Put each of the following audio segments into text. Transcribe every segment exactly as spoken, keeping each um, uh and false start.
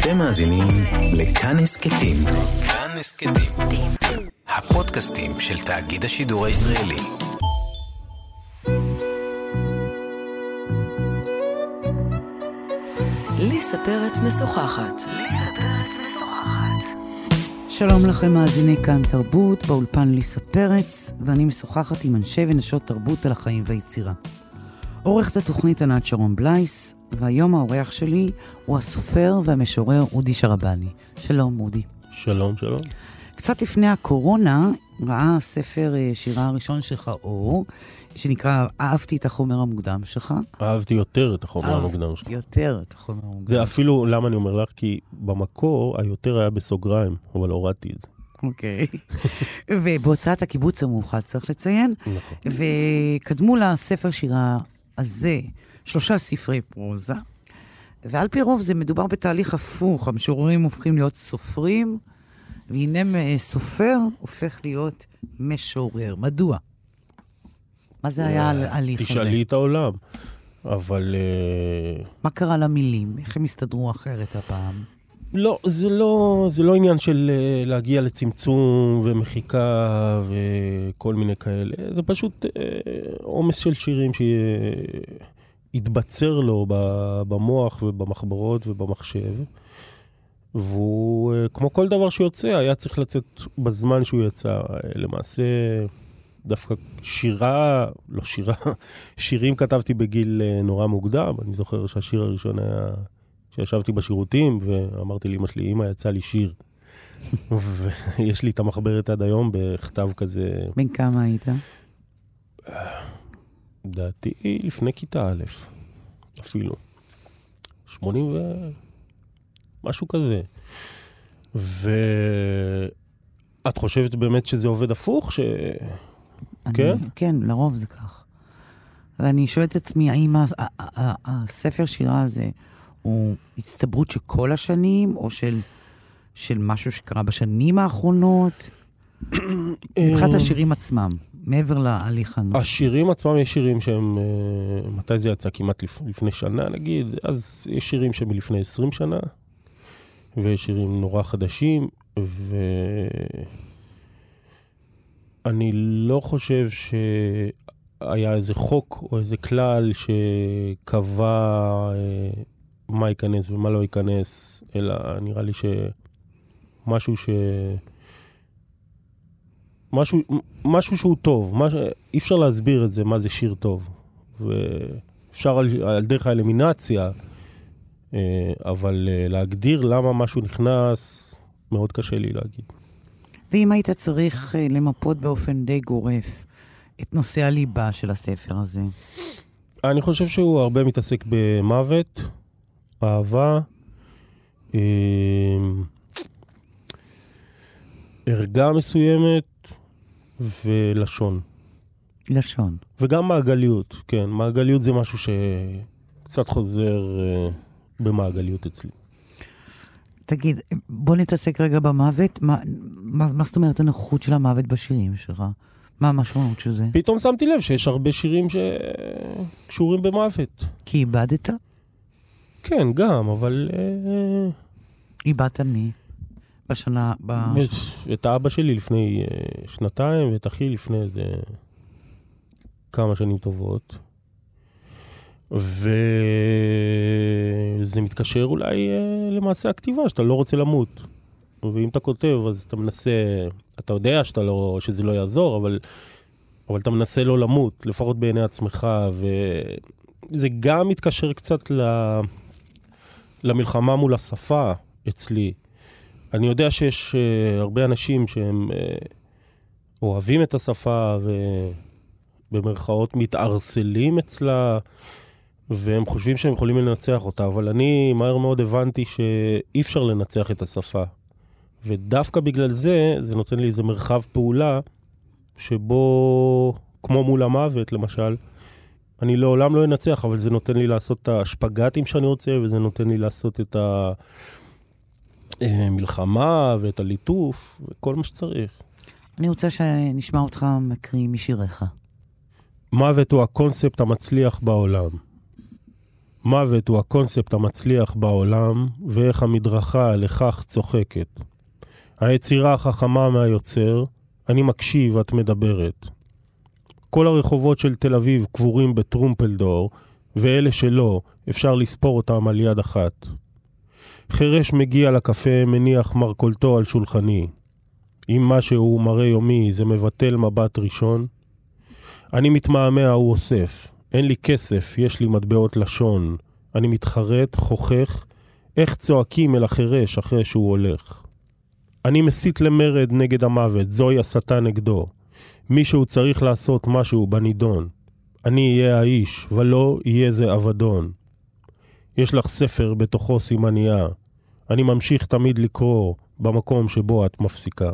אתם מאזינים לכאן הסכתים. כאן הסכתים. הפודקאסטים של תאגיד השידור הישראלי. ליסה פרץ משוחחת. ליסה פרץ משוחחת. שלום לכם מאזיני כאן תרבות, באולפן ליסה פרץ, ואני משוחחת עם אנשי ונשות תרבות על החיים והיצירה. עורכת התוכנית ענת שרון בלייס, והיום האורח שלי הוא הסופר והמשורר אודי שרבני. שלום אודי. שלום, שלום. קצת לפני הקורונה ראה הספר שירה הראשון שלך אור, שנקרא אהבתי את החומר המוקדם שלך. אהבתי יותר את החומר המוקדם שלך. יותר את החומר המוקדם. זה אפילו, למה אני אומר לך? כי במקור היותר היה בסוגריים, אבל הורדתי את זה. אוקיי. ובהוצאת הקיבוץ המאוחד צריך לציין. נכון. וקדמו לספר שירה הזה שלושה ספרי פרוזה. ועל פי רוב זה מדובר בתהליך הפוך. המשוררים הופכים להיות סופרים, והנה סופר הופך להיות משורר. מדוע? מה זה היה ההליך הזה? תשאלי את העולם. אבל... מה קרה למילים? איך הם הסתדרו אחרת הפעם? לא, זה לא, זה לא עניין של להגיע לצמצום ומחיקה וכל מיני כאלה. זה פשוט עומס של שירים שיתבצר לו במוח ובמחברות ובמחשב. והוא, כמו כל דבר שיוצא, היה צריך לצאת בזמן שהוא יצא. למעשה, דווקא שירה, לא שירה, שירים כתבתי בגיל נורא מוקדם. אני זוכר שהשיר הראשון היה שישבתי בשירותים, ואמרתי לאמא שלי, אמא, יצא לי שיר. ויש לי את המחברת עד היום בכתב כזה. בן כמה היית? דעתי לפני כיתה א', אפילו. שמונים ו... משהו כזה. ואת חושבת באמת שזה עובד הפוך? ש... אני... כן? כן, לרוב זה כך. ואני שואלת את עצמי, האם הספר שירה הזה הוא הצטברות של כל השנים, או של, של משהו שקרה בשנים האחרונות? מבחינת השירים עצמם, מעבר להליך הנושא. השירים עצמם יש שירים שהם, מתי זה יצא? כמעט לפני שנה נגיד, אז יש שירים שהם מלפני עשרים שנה, ויש שירים נורא חדשים, ואני לא חושב שהיה איזה חוק או איזה כלל שקבע מה ייכנס ומה לא ייכנס, אלא נראה לי שמשהו ש... משהו, משהו שהוא טוב, משהו, אי אפשר להסביר את זה, מה זה שיר טוב. ואפשר על, על דרך האלמינציה, אבל להגדיר למה משהו נכנס, מאוד קשה לי להגיד. ואם היית צריך למפות באופן די גורף את נושא הליבה של הספר הזה? אני חושב שהוא הרבה מתעסק במוות, אהבה, ערגה מסוימת ולשון. לשון. וגם מעגליות, כן. מעגליות זה משהו שקצת חוזר במעגליות אצלי. תגיד, בוא נתעסק רגע במוות. מה, מה, מה זאת אומרת הנוכחות של המוות בשירים שלך? מה המשמעות של זה? פתאום שמתי לב שיש הרבה שירים שקשורים במוות. כי איבדת? כן, גם, אבל... איבדת מי? בשנה... בש... את האבא שלי לפני שנתיים, ואת אחי לפני איזה כמה שנים טובות. וזה מתקשר אולי למעשה הכתיבה, שאתה לא רוצה למות. ואם אתה כותב, אז אתה מנסה... אתה יודע שאתה לא, שזה לא יעזור, אבל, אבל אתה מנסה לא למות, לפחות בעיני עצמך, וזה גם מתקשר קצת ל... למלחמה מול השפה אצלי. אני יודע שיש uh, הרבה אנשים שהם uh, אוהבים את השפה ובמרכאות מתארסלים אצלה, והם חושבים שהם יכולים לנצח אותה, אבל אני מהר מאוד הבנתי שאי אפשר לנצח את השפה. ודווקא בגלל זה, זה נותן לי איזה מרחב פעולה, שבו, כמו מול המוות למשל, אני לעולם לא אנצח, אבל זה נותן לי לעשות את השפגטים שאני רוצה, וזה נותן לי לעשות את המלחמה ואת הליטוף, וכל מה שצריך. אני רוצה שנשמע אותך מקריא משיריך. מוות הוא הקונספט המצליח בעולם. מוות הוא הקונספט המצליח בעולם, ואיך המדרכה לכך צוחקת. היצירה החכמה מהיוצר, אני מקשיב, את מדברת. כל הרחובות של תל אביב קבורים בטרומפלדור, ואלה שלא, אפשר לספור אותם על יד אחת. חרש מגיע לקפה, מניח מרקולתו על שולחני. אם משהו מראה יומי, זה מבטל מבט ראשון. אני מתמהמה, הוא אוסף. אין לי כסף, יש לי מטבעות לשון. אני מתחרט, חוכך, איך צועקים אל החרש אחרי שהוא הולך. אני מסית למרד נגד המוות, זוהי הסתה נגדו. מישהו צריך לעשות משהו בנידון. אני אהיה האיש, ולא יהיה זה אבדון. יש לך ספר בתוכו סימניה. אני ממשיך תמיד לקרוא במקום שבו את מפסיקה.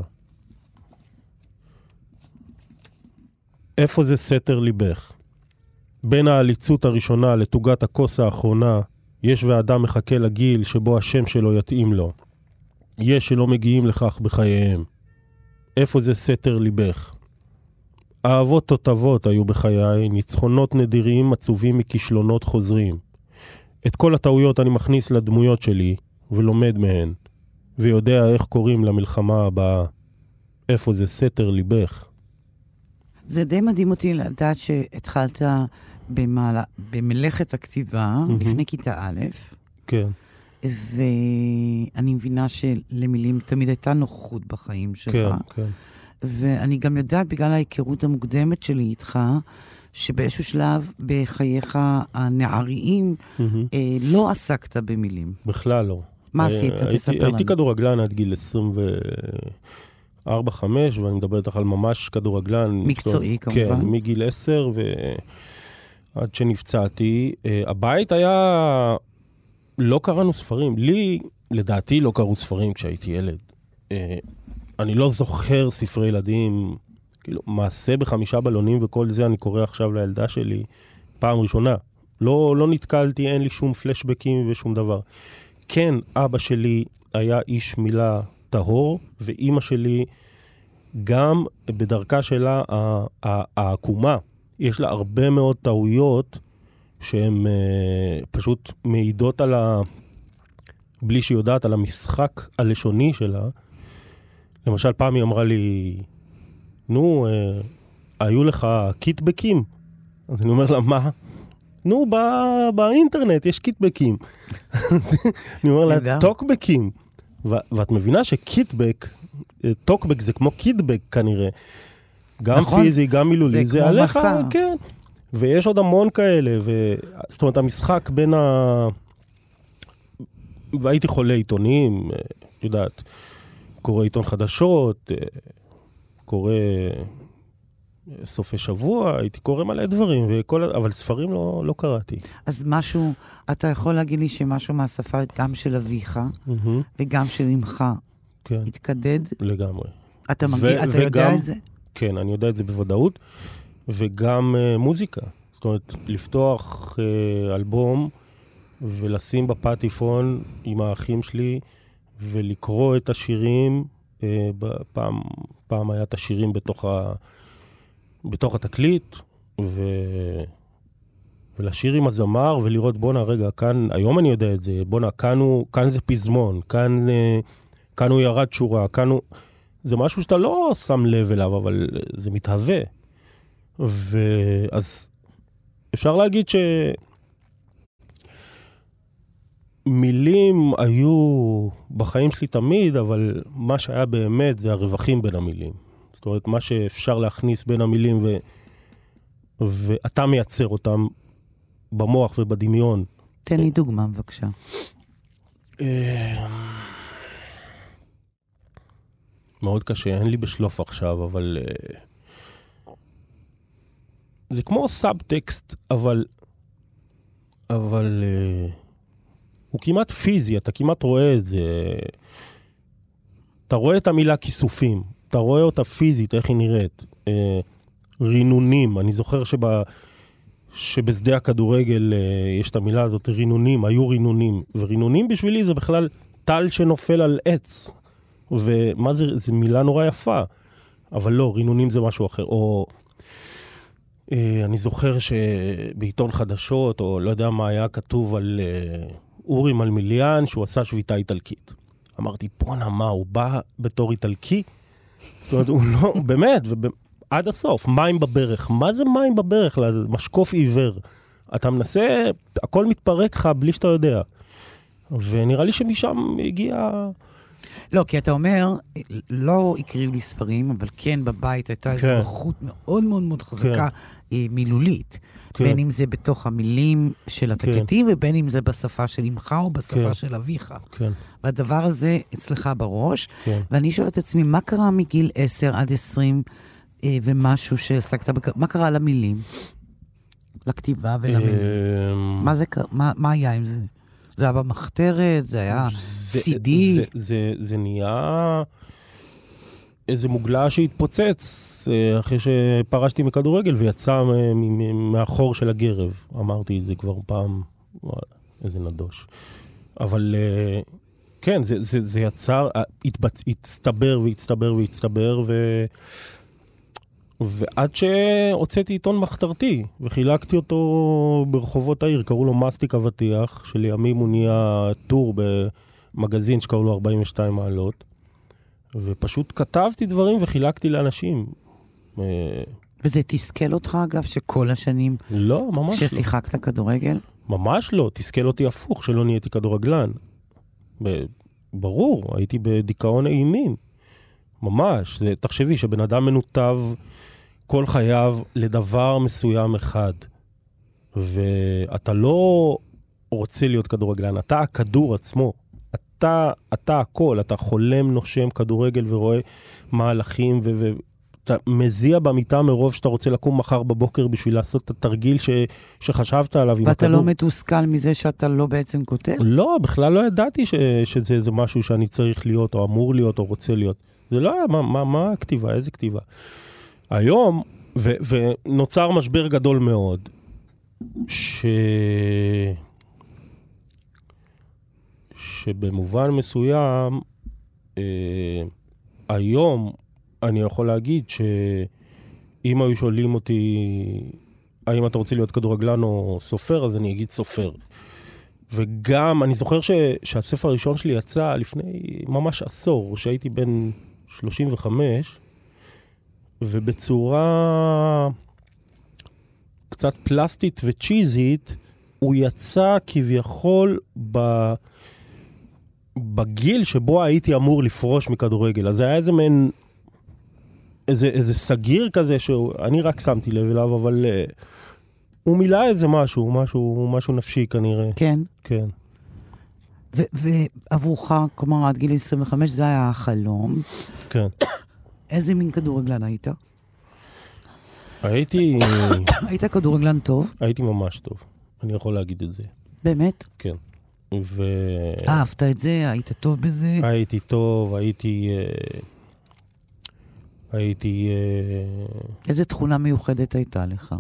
איפה זה סתר ליבך? בין העליצות הראשונה לתוגת הכוס האחרונה, יש ואדם מחכה לגיל שבו השם שלו יתאים לו. יש שלא מגיעים לכך בחייהם. איפה זה סתר ליבך? אהבות תותבות היו בחיי, ניצחונות נדירים עצובים מכישלונות חוזרים. את כל הטעויות אני מכניס לדמויות שלי ולומד מהן, ויודע איך קוראים למלחמה הבאה. איפה זה סתר ליבך? זה די מדהים אותי לדעת שהתחלת במעלה, במלאכת הכתיבה mm-hmm. לפני כיתה א'. כן. ואני מבינה שלמילים תמיד הייתה נוחות בחיים שלך. כן, כן. ואני גם יודעת בגלל ההיכרות המוקדמת שלי איתך, שבאיזשהו שלב בחייך הנעריים mm-hmm. אה, לא עסקת במילים. בכלל לא. מה עשית? תספר לנו. הייתי כדורגלן עד גיל עשרים וארבע חמש, ואני מדבר איתך על ממש כדורגלן. מקצועי זאת, כמובן. כן, מגיל עשר ועד שנפצעתי. הבית היה... לא קראנו ספרים. לי, לדעתי, לא קראו ספרים כשהייתי ילד. אני לא זוכר ספרי ילדים, כאילו, מעשה בחמישה בלונים וכל זה אני קורא עכשיו לילדה שלי פעם ראשונה. לא, לא נתקלתי, אין לי שום פלשבקים ושום דבר. כן, אבא שלי היה איש מילה טהור, ואימא שלי גם בדרכה שלה העקומה. יש לה הרבה מאוד טעויות שהן uh, פשוט מעידות על ה... בלי שהיא יודעת על המשחק הלשוני שלה. למשל, פעם היא אמרה לי, נו, uh, היו לך קיטבקים? אז אני אומר לה, מה? נו, בא, באינטרנט יש קיטבקים. אני אומר לה, טוקבקים. ו- ואת מבינה שקיטבק, טוקבק זה כמו קיטבק כנראה. גם נכון, פיזי, גם מילולי. זה, זה כמו עליך, מסע. כן. ויש עוד המון כאלה. ו... זאת אומרת, המשחק בין ה... והייתי חולה עיתונים, יודעת, קורא עיתון חדשות, קורא סופי שבוע, הייתי קורא מלא דברים, וכל... אבל ספרים לא, לא קראתי. אז משהו, אתה יכול להגיד לי שמשהו מהשפה גם של אביך, mm-hmm. וגם של אמך, כן. התקדד? לגמרי. אתה, מגיע, ו- אתה וגם, יודע את זה? כן, אני יודע את זה בוודאות, וגם uh, מוזיקה. זאת אומרת, לפתוח uh, אלבום, ולשים בפטיפון עם האחים שלי, ולקרוא את השירים, uh, פעם, פעם היה את השירים בתוך ה... בתוך התקליט, ו... ולשיר עם הזמר, ולראות, בונה, רגע, כאן, היום אני יודע את זה, בונה, כאן, הוא, כאן זה פזמון, כאן, כאן הוא ירד שורה, כאן הוא... זה משהו שאתה לא שם לב אליו, אבל זה מתהווה. ואז אפשר להגיד שמילים היו בחיים שלי תמיד, אבל מה שהיה באמת זה הרווחים בין המילים. זאת אומרת, מה שאפשר להכניס בין המילים, ו... ואתה מייצר אותם במוח ובדמיון. תן לי דוגמה, בבקשה. מאוד קשה, אין לי בשלוף עכשיו, אבל... זה כמו סאבטקסט, אבל... אבל... הוא כמעט פיזי, אתה כמעט רואה את זה. אתה רואה את המילה כיסופים. אתה רואה אותה פיזית, איך היא נראית. אה, רינונים, אני זוכר שב, שבשדה הכדורגל אה, יש את המילה הזאת, רינונים, היו רינונים. ורינונים בשבילי זה בכלל טל שנופל על עץ. ומה זה, זה מילה נורא יפה. אבל לא, רינונים זה משהו אחר. או אני זוכר שבעיתון חדשות, או לא יודע מה היה כתוב על אורי מלמיליאן, שהוא עשה שביתה איטלקית. אמרתי, בונה מה, הוא בא בתור איטלקי? זאת אומרת, הוא לא, באמת, עד הסוף, מים בברך. מה זה מים בברך? משקוף עיוור. אתה מנסה, הכל מתפרק לך בלי שאתה יודע. ונראה לי שמשם הגיע... לא, כי אתה אומר, לא הקריאו לי ספרים, אבל כן בבית הייתה איזו איכות מאוד מאוד מאוד חזקה מילולית. בין אם זה בתוך המילים של התקליטים, ובין אם זה בשפה של אמך או בשפה של אביך. והדבר הזה אצלך בראש. ואני שואלת את עצמי, מה קרה מגיל עשר עד עשרים ומשהו שעסקת, מה קרה למילים? לכתיבה ולמילים? מה היה עם זה? זה היה במחתרת, זה היה סי די. זה, זה, זה נהיה איזה מוגלה שהתפוצץ אחרי שפרשתי מכדורגל ויצא מהחור של הגרב. אמרתי את זה כבר פעם, איזה נדוש. אבל כן, זה, זה, זה יצר, התבצ... הצטבר והצטבר והצטבר ו... ועד שהוצאתי עיתון מחתרתי, וחילקתי אותו ברחובות העיר, קראו לו מסטיק אבטיח, שלימים הוא נהיה טור במגזין שקראו לו ארבעים ושתיים מעלות, ופשוט כתבתי דברים וחילקתי לאנשים. וזה תסכל אותך אגב, שכל השנים... לא, ממש לא. ששיחקת כדורגל? ממש לא, תסכל אותי הפוך, שלא נהייתי כדורגלן. ברור, הייתי בדיכאון אימים. ממש, תחשבי שבן אדם מנותב כל חייו לדבר מסוים אחד, ואתה לא רוצה להיות כדורגלן, אתה הכדור עצמו, אתה, אתה הכל, אתה חולם, נושם כדורגל ורואה מהלכים, ואתה מזיע במיטה מרוב שאתה רוצה לקום מחר בבוקר בשביל לעשות את התרגיל ש, שחשבת עליו עם ואתה הכדור. לא מתוסכל מזה שאתה לא בעצם כותב? לא, בכלל לא ידעתי ש, שזה זה משהו שאני צריך להיות, או אמור להיות, או רוצה להיות. זה לא היה, מה, מה, מה הכתיבה, איזה כתיבה? היום, ו, ונוצר משבר גדול מאוד, ש... שבמובן מסוים, אה, היום אני יכול להגיד שאם היו שואלים אותי, האם אתה רוצה להיות כדורגלן או סופר, אז אני אגיד סופר. וגם, אני זוכר ש, שהספר הראשון שלי יצא לפני ממש עשור, שהייתי בן שלושים וחמש, ובצורה קצת פלסטית וצ'יזית, הוא יצא כביכול ב... בגיל שבו הייתי אמור לפרוש מכדורגל. אז זה היה איזה מין, איזה, איזה סגיר כזה, שאני רק שמתי לב אליו, אבל uh, הוא מילא איזה משהו, משהו, משהו נפשי כנראה. כן. כן. ועבורך, כלומר, עד גיל עשרים וחמש, זה היה החלום. כן. איזה מין כדורגלן היית? הייתי... היית כדורגלן טוב? הייתי ממש טוב. אני יכול להגיד את זה. באמת? כן. ו... אהבת את זה? היית טוב בזה? הייתי טוב, הייתי... הייתי... איזה תכונה מיוחדת הייתה לך?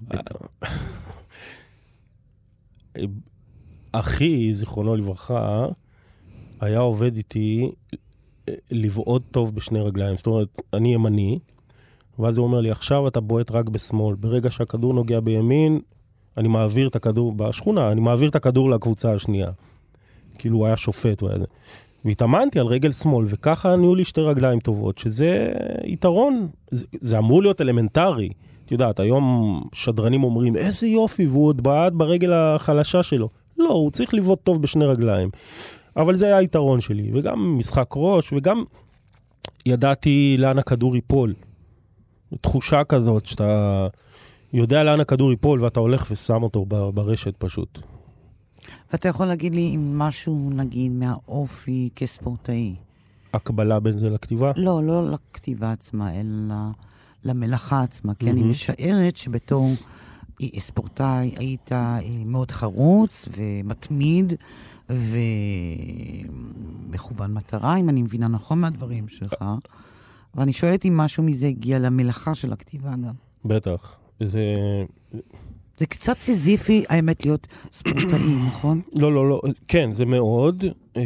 אחי, זיכרונו לברכה, היה עובד איתי לבעוד טוב בשני רגליים. זאת אומרת, אני ימני, ואז הוא אומר לי, עכשיו אתה בועט רק בשמאל. ברגע שהכדור נוגע בימין, אני מעביר את הכדור, בשכונה, אני מעביר את הכדור לקבוצה השנייה. כאילו הוא היה שופט. והתאמנתי על רגל שמאל, וככה נהיו לי שתי רגליים טובות, שזה יתרון, זה, זה אמור להיות אלמנטרי. את יודעת, היום שדרנים אומרים, איזה יופי, והוא עוד בעד ברגל החלשה שלו. לא, הוא צריך לבעוט טוב בשני רגליים. אבל זה היה היתרון שלי, וגם משחק ראש, וגם ידעתי לאן הכדור ייפול. תחושה כזאת שאתה יודע לאן הכדור ייפול, ואתה הולך ושם אותו ברשת פשוט. ואתה יכול להגיד לי אם משהו, נגיד, מהאופי כספורטאי? הקבלה בין זה לכתיבה? לא, לא לכתיבה עצמה, אלא למלאכה עצמה. כי אני משערת שבתור ספורטאי היית מאוד חרוץ ומתמיד ומכוון מטרה, אם אני מבינה נכון מהדברים שלך. ואני שואלת אם משהו מזה הגיע למלאכה של הכתיבה גם. בטח. זה... זה קצת סיזיפי, האמת, להיות ספורטאי, נכון? לא, לא, לא. כן, זה מאוד.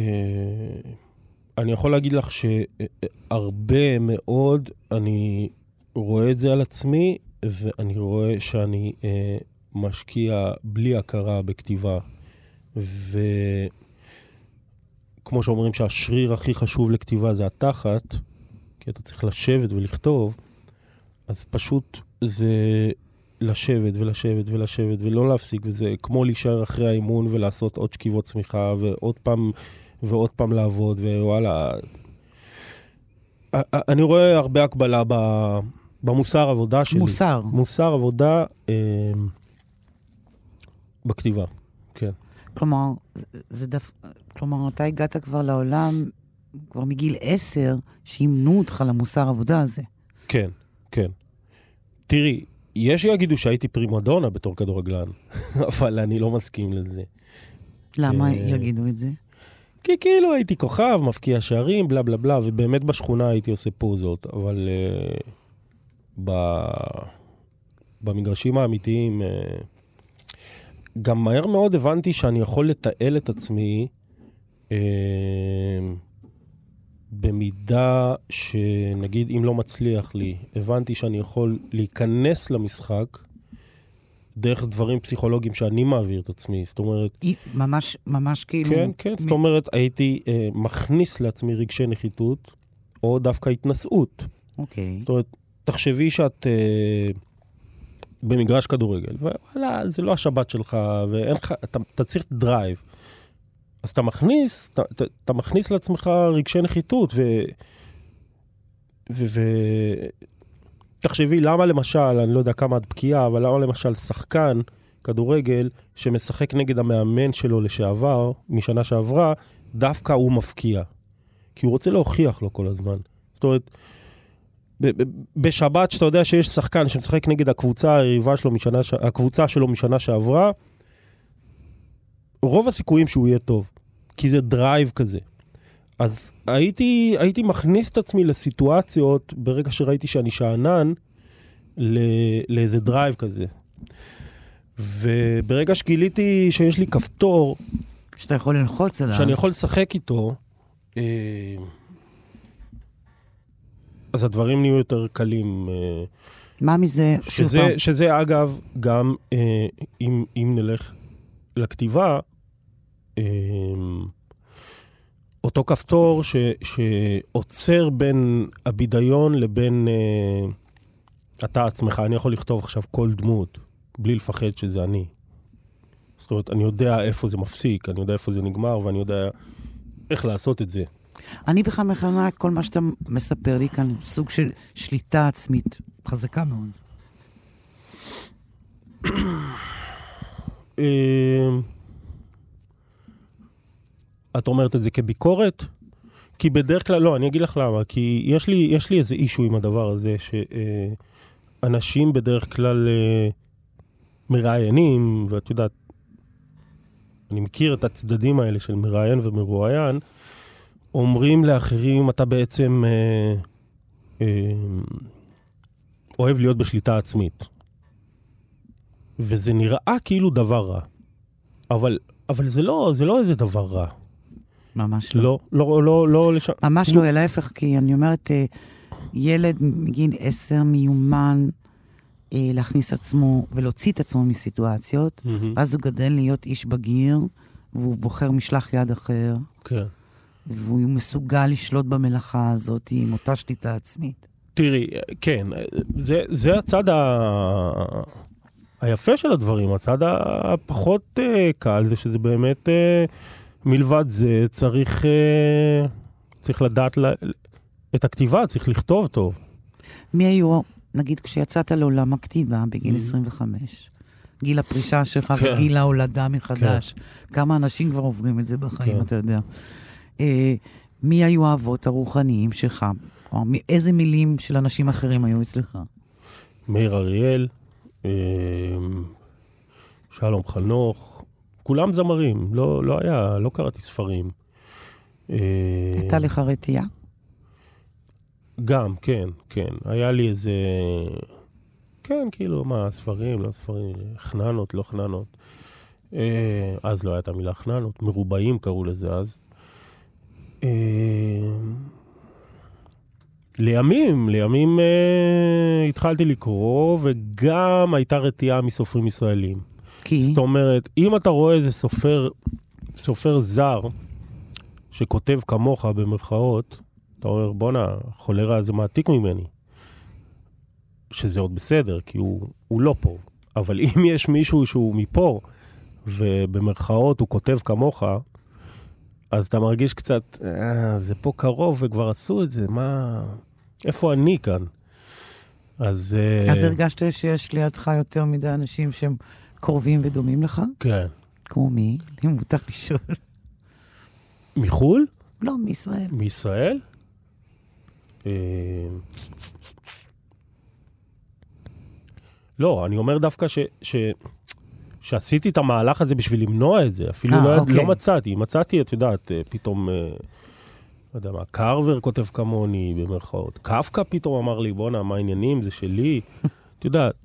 אני יכול להגיד לך שהרבה מאוד, אני רואה את זה על עצמי, ואני רואה שאני אה, משקיע בלי הכרה בכתיבה, וכמו שאומרים שהשריר הכי חשוב לכתיבה זה התחת, כי אתה צריך לשבת ולכתוב, אז פשוט זה לשבת ולשבת ולשבת ולא להפסיק, וזה כמו להישאר אחרי האימון ולעשות עוד שכיבות צמיחה, ועוד פעם ועוד פעם לעבוד, ווואלה. אני רואה הרבה הקבלה במוסר עבודה שלי. מוסר. מוסר עבודה אה, בכתיבה, כן. כלומר, זה דף... כלומר, אתה הגעת כבר לעולם, כבר מגיל עשר, שימנו אותך למוסר עבודה הזה. כן, כן. תראי, יש שיגידו שהייתי פרימדונה בתור כדורגלן, אבל אני לא מסכים לזה. למה יגידו את זה? כי כאילו הייתי כוכב, מפקיע שערים, בלה בלה בלה, ובאמת בשכונה הייתי עושה פוזות, אבל uh, ב... במגרשים האמיתיים, uh, גם מהר מאוד הבנתי שאני יכול לתעל את עצמי, uh, במידה שנגיד אם לא מצליח לי, הבנתי שאני יכול להיכנס למשחק, דרך דברים פסיכולוגיים שאני מעביר את עצמי, זאת אומרת... ממש, ממש כאילו... כן, כן, זאת אומרת, הייתי אה, מכניס לעצמי רגשי נחיתות, או דווקא התנסות. אוקיי. זאת אומרת, תחשבי שאת אה, במגרש כדורגל, ווואלה, זה לא השבת שלך, ואין לך, אתה, אתה צריך דרייב. אז אתה מכניס, אתה, אתה, אתה מכניס לעצמך רגשי נחיתות, ו... ו... ו... תחשבי, למה למשל, אני לא יודע כמה עד בקיאה, אבל למה למשל שחקן כדורגל שמשחק נגד המאמן שלו לשעבר, משנה שעברה, דווקא הוא מפקיע. כי הוא רוצה להוכיח לו כל הזמן. זאת אומרת, ב- ב- בשבת שאתה יודע שיש שחקן שמשחק נגד הקבוצה היריבה שלו משנה, הקבוצה שלו משנה שעברה, רוב הסיכויים שהוא יהיה טוב. כי זה דרייב כזה. אז הייתי, הייתי מכניס את עצמי לסיטואציות, ברגע שראיתי שאני שענן, לאיזה דרייב כזה. וברגע שגיליתי שיש לי כפתור, שאתה יכול ללחוץ עליו, שאני יכול לשחק איתו, אז הדברים נהיו יותר קלים. מה מזה? שזה, שזה אגב, גם אם, אם נלך לכתיבה, אותו כפתור ש, שעוצר בין הבידיון לבין אה, אתה עצמך. אני יכול לכתוב עכשיו כל דמות, בלי לפחד שזה אני. זאת אומרת, אני יודע איפה זה מפסיק, אני יודע איפה זה נגמר, ואני יודע איך לעשות את זה. אני בכלל מכנה כל מה שאתה מספר לי כאן, סוג של שליטה עצמית חזקה מאוד. את אומרת את זה כביקורת? כי בדרך כלל, לא, אני אגיד לך למה, כי יש לי, יש לי איזה אישו עם הדבר הזה, שאנשים בדרך כלל מראיינים, ואת יודעת, אני מכיר את הצדדים האלה של מראיין ומרואיין, אומרים לאחרים, אתה בעצם אה, אה, אוהב להיות בשליטה עצמית. וזה נראה כאילו דבר רע. אבל, אבל זה לא, זה לא איזה דבר רע. ממש לא. לא, לא, לא, לא לשם. ממש לא, אלא ההפך, כי אני אומרת, ילד מגיל עשר מיומן להכניס עצמו ולהוציא את עצמו מסיטואציות, אז הוא גדל להיות איש בגיר, והוא בוחר משלח יד אחר. כן. והוא מסוגל לשלוט במלאכה הזאת עם אותה שליטה עצמית. תראי, כן, זה, זה הצד ה... היפה של הדברים, הצד הפחות uh, קל, זה שזה באמת, uh, מלבד זה, צריך, uh, צריך לדעת לה, את הכתיבה, צריך לכתוב טוב. מי היו, נגיד, כשיצאת לעולם הכתיבה בגיל עשרים וחמש, גיל הפרישה שלך כן. וגיל ההולדה מחדש, כן. כמה אנשים כבר עוברים את זה בחיים, כן. אתה יודע. Uh, מי היו האבות הרוחניים שלך? או איזה מילים של אנשים אחרים היו אצלך? מאיר אריאל, שלום חנוך, כולם זמרים, לא, לא היה, לא קראתי ספרים. הייתה לך רתיעה? גם, כן, כן. היה לי איזה, כן, כאילו, מה, ספרים, לא ספרים, חננות, לא חננות. אז לא הייתה מילה חננות, מרובעים קראו לזה אז. לימים, לימים אה, התחלתי לקרוא, וגם הייתה רתיעה מסופרים ישראלים. כי? זאת אומרת, אם אתה רואה איזה סופר, סופר זר, שכותב כמוך במרכאות, אתה אומר, בונה, חולרה זה מעתיק ממני. שזה עוד בסדר, כי הוא, הוא לא פה. אבל אם יש מישהו שהוא מפה, ובמרכאות הוא כותב כמוך, אז אתה מרגיש קצת, אה, זה פה קרוב וכבר עשו את זה, מה... איפה אני כאן? אז... אז הרגשת שיש לידך יותר מדי אנשים שהם קרובים ודומים לך? כן. כמו מי? אם מותר לשאול. מחול? לא, מישראל. מישראל? לא, אני אומר דווקא ש... ש... שעשיתי את המהלך הזה בשביל למנוע את זה. אפילו לא, אוקיי. לא מצאתי. מצאתי, את יודעת, פתאום, לא יודע מה, קרוור כותב כמוני במרכאות. קפקא פתאום אמר לי, בונה, מה העניינים? זה שלי. את יודעת,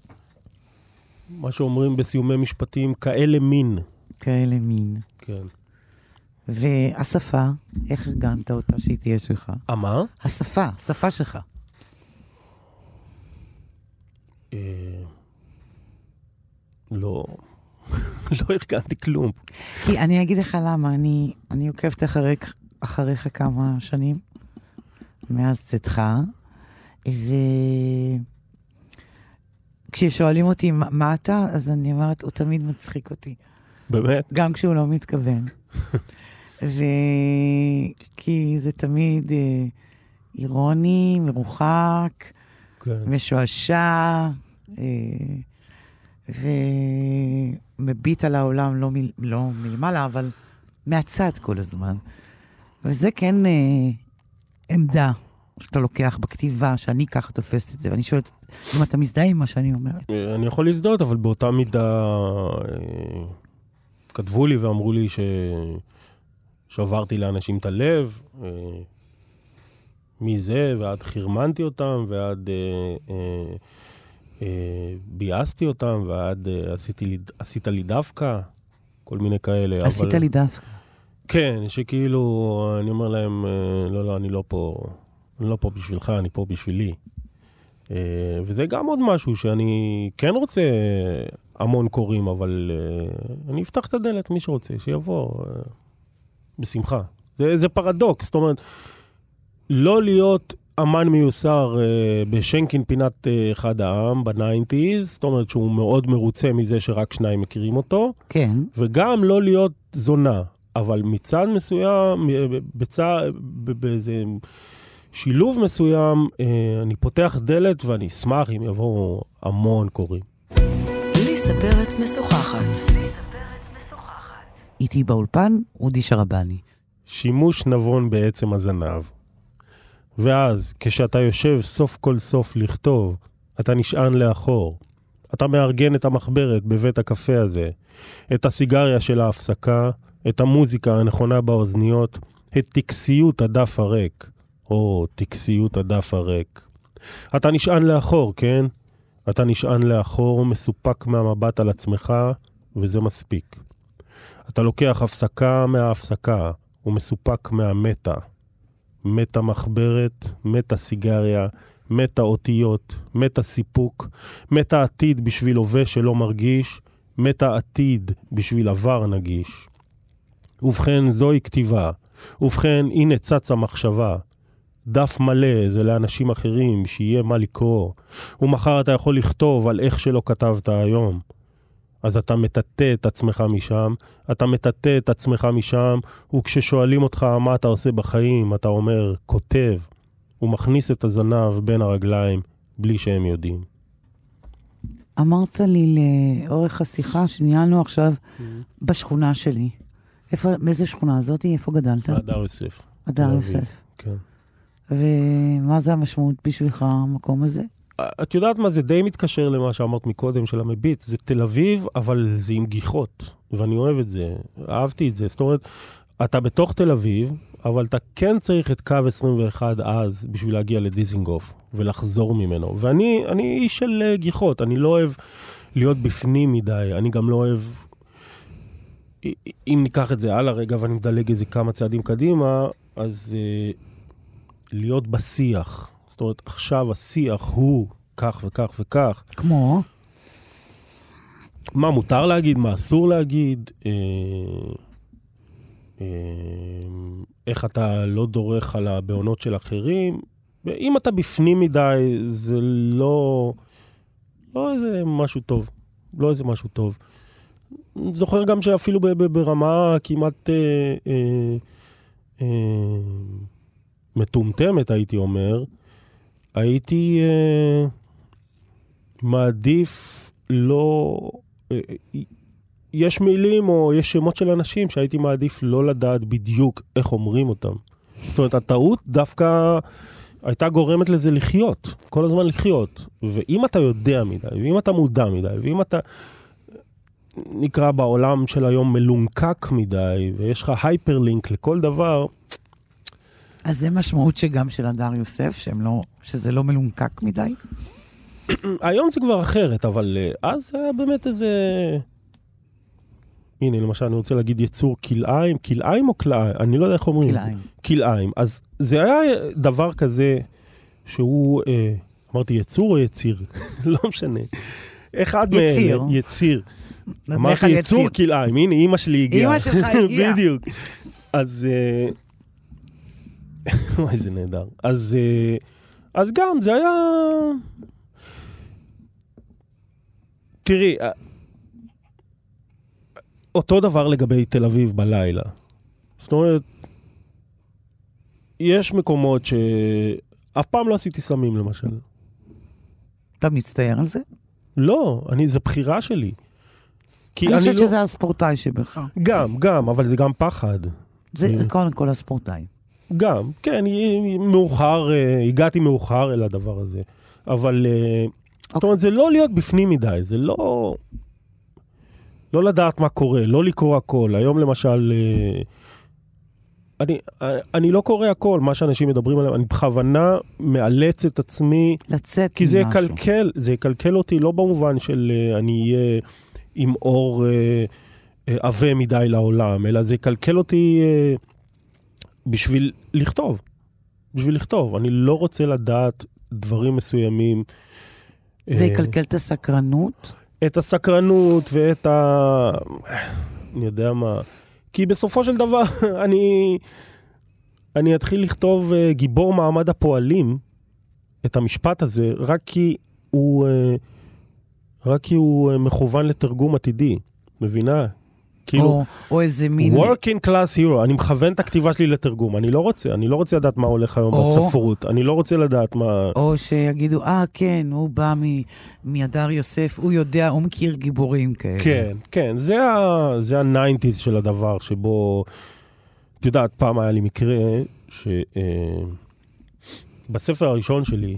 מה שאומרים בסיומי משפטים, כאלה מין. כאלה מין. כן. והשפה, איך ארגנת אותה שהיא תהיה שלך? מה? השפה, השפה שלך. אה... לא, לא ארגנתי כלום. כי אני אגיד לך למה, אני, אני עוקבת אחרי, אחריך כמה שנים, מאז צאתך, וכששואלים אותי מה, מה אתה, אז אני אומרת, הוא תמיד מצחיק אותי. באמת? גם כשהוא לא מתכוון. וכי זה תמיד אה, אירוני, מרוחק, כן. משועשע, אה, ומביט על העולם, לא, מ... לא מלמעלה, אבל מהצד כל הזמן. וזה כן אה, עמדה שאתה לוקח בכתיבה, שאני ככה תופסת את זה, ואני שואלת, אם אתה מזדהה עם מה שאני אומרת. אני יכול להזדהות, אבל באותה מידה אה, כתבו לי ואמרו לי ש... שעברתי לאנשים את הלב, אה, מזה, ועד חרמנתי אותם, ועד... אה, אה, ביאסתי אותם, ועד עשיתי לי, עשית לי דווקא, כל מיני כאלה. עשית אבל... לי דווקא. כן, שכאילו, אני אומר להם, לא, לא, אני לא פה, אני לא פה בשבילך, אני פה בשבילי. וזה גם עוד משהו שאני כן רוצה המון קוראים, אבל אני אפתח את הדלת, מי שרוצה, שיבוא בשמחה. זה, זה פרדוקס, זאת אומרת, לא להיות... אמן מיוסר uh, בשנקין פינת uh, אחד העם, בניינטיז, זאת אומרת שהוא מאוד מרוצה מזה שרק שניים מכירים אותו. כן. וגם לא להיות זונה, אבל מצד מסוים, בצד, באיזה שילוב מסוים, uh, אני פותח דלת ואני אשמח אם יבואו המון קוראים. ליסה פרץ משוחחת. איתי באולפן, אודי שרבני. שימוש נבון בעצם הזנב. ואז, כשאתה יושב סוף כל סוף לכתוב, אתה נשען לאחור. אתה מארגן את המחברת בבית הקפה הזה, את הסיגריה של ההפסקה, את המוזיקה הנכונה באוזניות, את טקסיות הדף הריק, או טקסיות הדף הריק. אתה נשען לאחור, כן? אתה נשען לאחור, מסופק מהמבט על עצמך, וזה מספיק. אתה לוקח הפסקה מההפסקה, ומסופק מהמטה. מטה מחברת, מטה סיגריה, מטה אותיות, מטה סיפוק, מטה עתיד בשביל הווה שלא מרגיש, מטה עתיד בשביל עבר נגיש. ובכן זוהי כתיבה, ובכן הנה צץ המחשבה. דף מלא זה לאנשים אחרים שיהיה מה לקרוא, ומחר אתה יכול לכתוב על איך שלא כתבת היום. אז אתה מטטא את עצמך משם, אתה מטטא את עצמך משם, וכששואלים אותך מה אתה עושה בחיים, אתה אומר, כותב, ומכניס את הזנב בין הרגליים, בלי שהם יודעים. אמרת לי לאורך השיחה שניהלנו עכשיו בשכונה שלי. איפה, מאיזה שכונה הזאת? איפה גדלת? הדר יוסף. הדר יוסף. כן. ומה זה המשמעות בשבילך, המקום הזה? את יודעת מה, זה די מתקשר למה שאמרת מקודם של המביט. זה תל אביב, אבל זה עם גיחות. ואני אוהב את זה. אהבתי את זה. זאת אומרת, אתה בתוך תל אביב, אבל אתה כן צריך את קו עשרים ואחת אז בשביל להגיע לדיזינגוף ולחזור ממנו. ואני אני איש של גיחות. אני לא אוהב להיות בפנים מדי. אני גם לא אוהב... אם ניקח את זה על הרגע ואני מדלג איזה כמה צעדים קדימה, אז... להיות בשיח. זאת אומרת, עכשיו השיח הוא כך וכך וכך. כמו? מה מותר להגיד, מה אסור להגיד, אה, אה, איך אתה לא דורך על הבעונות של אחרים. ואם אתה בפנים מדי, זה לא, לא איזה משהו טוב. לא איזה משהו טוב. זוכר גם שאפילו ב- ב- ברמה כמעט אה, אה, אה, מטומטמת, הייתי אומר, הייתי אה, מעדיף לא... אה, יש מילים או יש שמות של אנשים שהייתי מעדיף לא לדעת בדיוק איך אומרים אותם. זאת אומרת, הטעות דווקא הייתה גורמת לזה לחיות, כל הזמן לחיות. ואם אתה יודע מדי, ואם אתה מודע מדי, ואם אתה נקרא בעולם של היום מלונקק מדי, ויש לך הייפרלינק לכל דבר... אז זה משמעות שגם של הדר יוסף, שהם לא, שזה לא מלונקק מדי? היום זה כבר אחרת, אבל אז היה באמת איזה... הנה, למשל, אני רוצה להגיד יצור כלאיים, כלאיים או כלאיים? אני לא יודע איך אומרים. כלאיים. כלאיים. אז זה היה דבר כזה שהוא, אה, אמרתי יצור או יציר? לא משנה. אחד יציר. מהם, יציר. אמרתי יצור כלאיים, הנה, אמא שלי הגיעה. אמא שלך הגיעה. בדיוק. אז... אה, וואי, זה נהדר. אז, אה, אז גם, זה היה... תראי, אותו דבר לגבי תל אביב בלילה. זאת אומרת, יש מקומות שאף פעם לא עשיתי סמים, למשל. אתה מצטער על זה? לא, אני, זה בחירה שלי. אני חושבת לא... שזה הספורטאי שבך. גם, גם, אבל זה גם פחד. זה קודם כל הספורטאי. גם, כן, מאוחר, הגעתי מאוחר אל הדבר הזה. אבל, okay. זאת אומרת, זה לא להיות בפנים מדי, זה לא... לא לדעת מה קורה, לא לקרוא הכל. היום למשל, אני, אני לא קורא הכל, מה שאנשים מדברים עליהם, אני בכוונה מאלץ את עצמי, לצאת כי זה יקלקל, זה יקלקל אותי לא במובן של אני אהיה עם אור עבה מדי לעולם, אלא זה יקלקל אותי בשביל לכתוב, בשביל לכתוב. אני לא רוצה לדעת דברים מסוימים. זה יקלקל את הסקרנות? את הסקרנות ואת ה... אני יודע מה... כי בסופו של דבר אני... אני אתחיל לכתוב uh, גיבור מעמד הפועלים, את המשפט הזה, רק כי הוא... Uh, רק כי הוא uh, מכוון לתרגום עתידי. מבינה? כאילו... או, או איזה מין... working class hero. אני מכוון את הכתיבה שלי לתרגום. אני לא רוצה. אני לא רוצה לדעת מה הולך היום או... בספרות. אני לא רוצה לדעת מה... או שיגידו, אה, כן, הוא בא מהדר יוסף, הוא יודע, הוא מכיר גיבורים כאלה. כן, כן. זה ה... זה ה-ניינטיז של הדבר, שבו... את יודעת, פעם היה לי מקרה ש... בספר הראשון שלי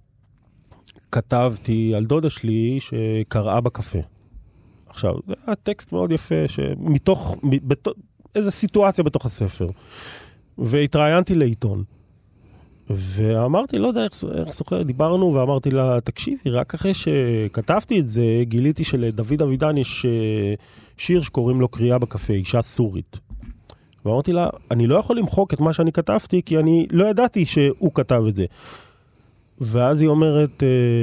כתבתי על דודה שלי שקראה בקפה. עכשיו, זה היה טקסט מאוד יפה, שמתוך, בתוך, איזו סיטואציה בתוך הספר. והתראיינתי לעיתון. ואמרתי, לא יודע איך, איך סוחר, דיברנו, ואמרתי לה, תקשיבי, רק אחרי שכתבתי את זה, גיליתי שלדוד אבידן יש שיר שקוראים לו קריאה בקפה, אישה סורית. ואמרתי לה, אני לא יכול למחוק את מה שאני כתבתי, כי אני לא ידעתי שהוא כתב את זה. ואז היא אומרת...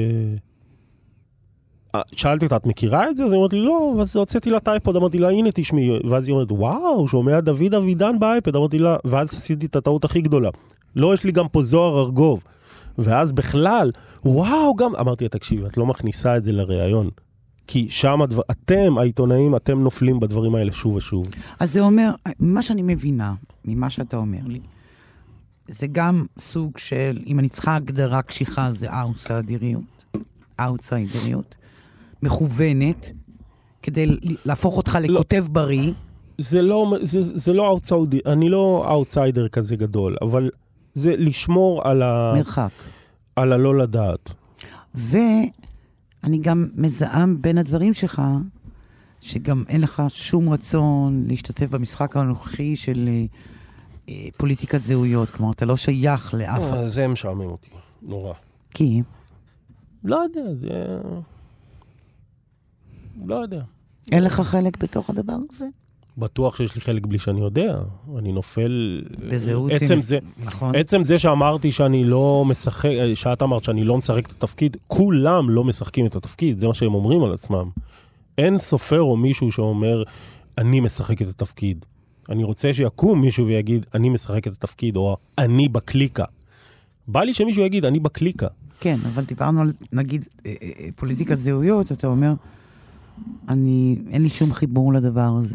שאלתי אותה, את מכירה את זה? אז היא אומרת לי, לא, אז הוצאתי לה את האייפוד, אמרתי לה, הנה תשמעי, ואז היא אומרת, וואו, שומע דוד אבידן באייפוד, אמרתי לה, ואז עשיתי את הטעות הכי גדולה. לא, יש לי גם פה זוהר ארגוב. ואז בכלל, וואו, גם, אמרתי לה, תקשיבי, את לא מכניסה את זה לראיון. כי שם הדבר, אתם, העיתונאים, אתם נופלים בדברים האלה שוב ושוב. אז זה אומר, מה שאני מבינה, ממה שאתה אומר לי, זה גם סוג של, אם אני צריכה הגדרה קשיחה, זה אאוטסיידריות, אאוטסיידריות, מכוונת, כדי להפוך אותך לכותב לא, בריא. זה לא, זה, זה לא אאוטסיידר, אני לא אאוטסיידר כזה גדול, אבל זה לשמור על ה... מרחק. על הלא לדעת. ואני גם מזהם בין הדברים שלך, שגם אין לך שום רצון להשתתף במשחק הנוכחי של אה, פוליטיקת זהויות, כלומר, אתה לא שייך לאף... לא, זה משעמם אותי, נורא. כי? לא יודע, זה... לא יודע. אין לך חלק בתוך הדבר הזה? בטוח שיש לי חלק בלי שאני יודע. אני נופל... בזהות... עצם זה, נכון. עצם זה שאמרתי שאני לא משחק, שאת אמרת שאני לא משחק את התפקיד, כולם לא משחקים את התפקיד, זה מה שהם אומרים על עצמם. אין סופר או מישהו שאומר, אני משחק את התפקיד. אני רוצה שיקום מישהו ויגיד, אני משחק את התפקיד, או אני בקליקה. בא לי שמישהו יגיד, אני בקליקה. כן, אבל דיברנו על, נגיד, פוליטיקת זהויות, אתה אומר, אני, אין לי שום חיבור לדבר הזה.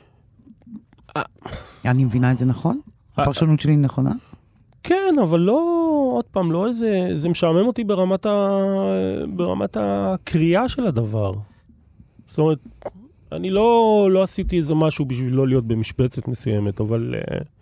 אני מבינה את זה נכון? הפרשנות שלי נכונה? כן, אבל לא, עוד פעם, לא איזה, זה משעמם אותי ברמת ה, ברמת הקריאה של הדבר. זאת אומרת, אני לא, לא עשיתי איזה משהו בשביל לא להיות במשבצת מסוימת, אבל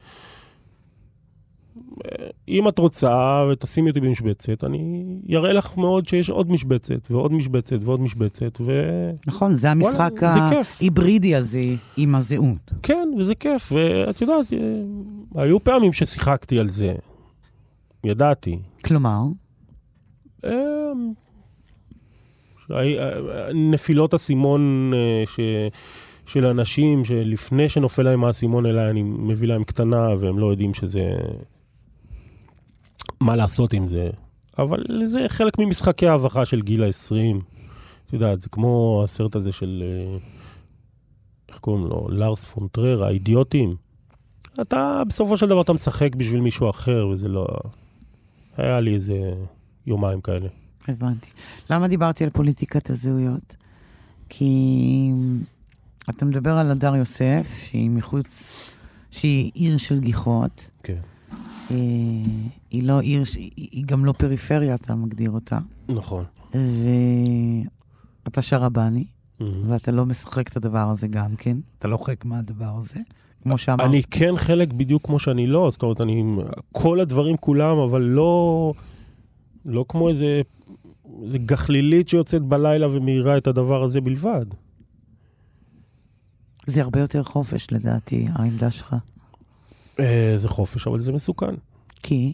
אם את רוצה ותשימי אותי במשבצת, אני יראה לך מאוד שיש עוד משבצת, ועוד משבצת, ועוד משבצת, ו... נכון, זה המשחק ההיברידי הזה עם הזהות. כן, וזה כיף, ואת יודעת, היו פעמים ששיחקתי על זה, ידעתי. כלומר? נפילות הסימון ש... של אנשים שלפני שנופל להם הסימון אליי, אני מביא להם קטנה, והם לא יודעים שזה... מה לעשות עם זה. אבל זה חלק ממשחקי ההבחה של גיל ה-עשרים. את יודעת, זה כמו הסרט הזה של... איך קוראים לו? לארס פון טרר, האידיוטים. אתה, בסופו של דבר, אתה משחק בשביל מישהו אחר, וזה לא... היה לי איזה יומיים כאלה. הבנתי. למה דיברתי על פוליטיקת הזהויות? כי אתה מדבר על הדר יוסף, שהיא מחוץ, שהיא עיר של גיחות. כן. היא לא עיר, היא גם לא פריפריה, אתה מגדיר אותה. נכון. ואתה שרבני, ואתה לא משחק את הדבר הזה גם כן. אתה לא חלק מהדבר הזה. כמו שאמרת. אני כן חלק בדיוק כמו שאני לא. זאת אומרת, אני, כל הדברים כולם, אבל לא, לא כמו איזה, איזה גחלילית שיוצאת בלילה ומהירה את הדבר הזה בלבד. זה הרבה יותר חופש, לדעתי, העמדה שלך. זה חופש, אבל זה מסוכן. כי?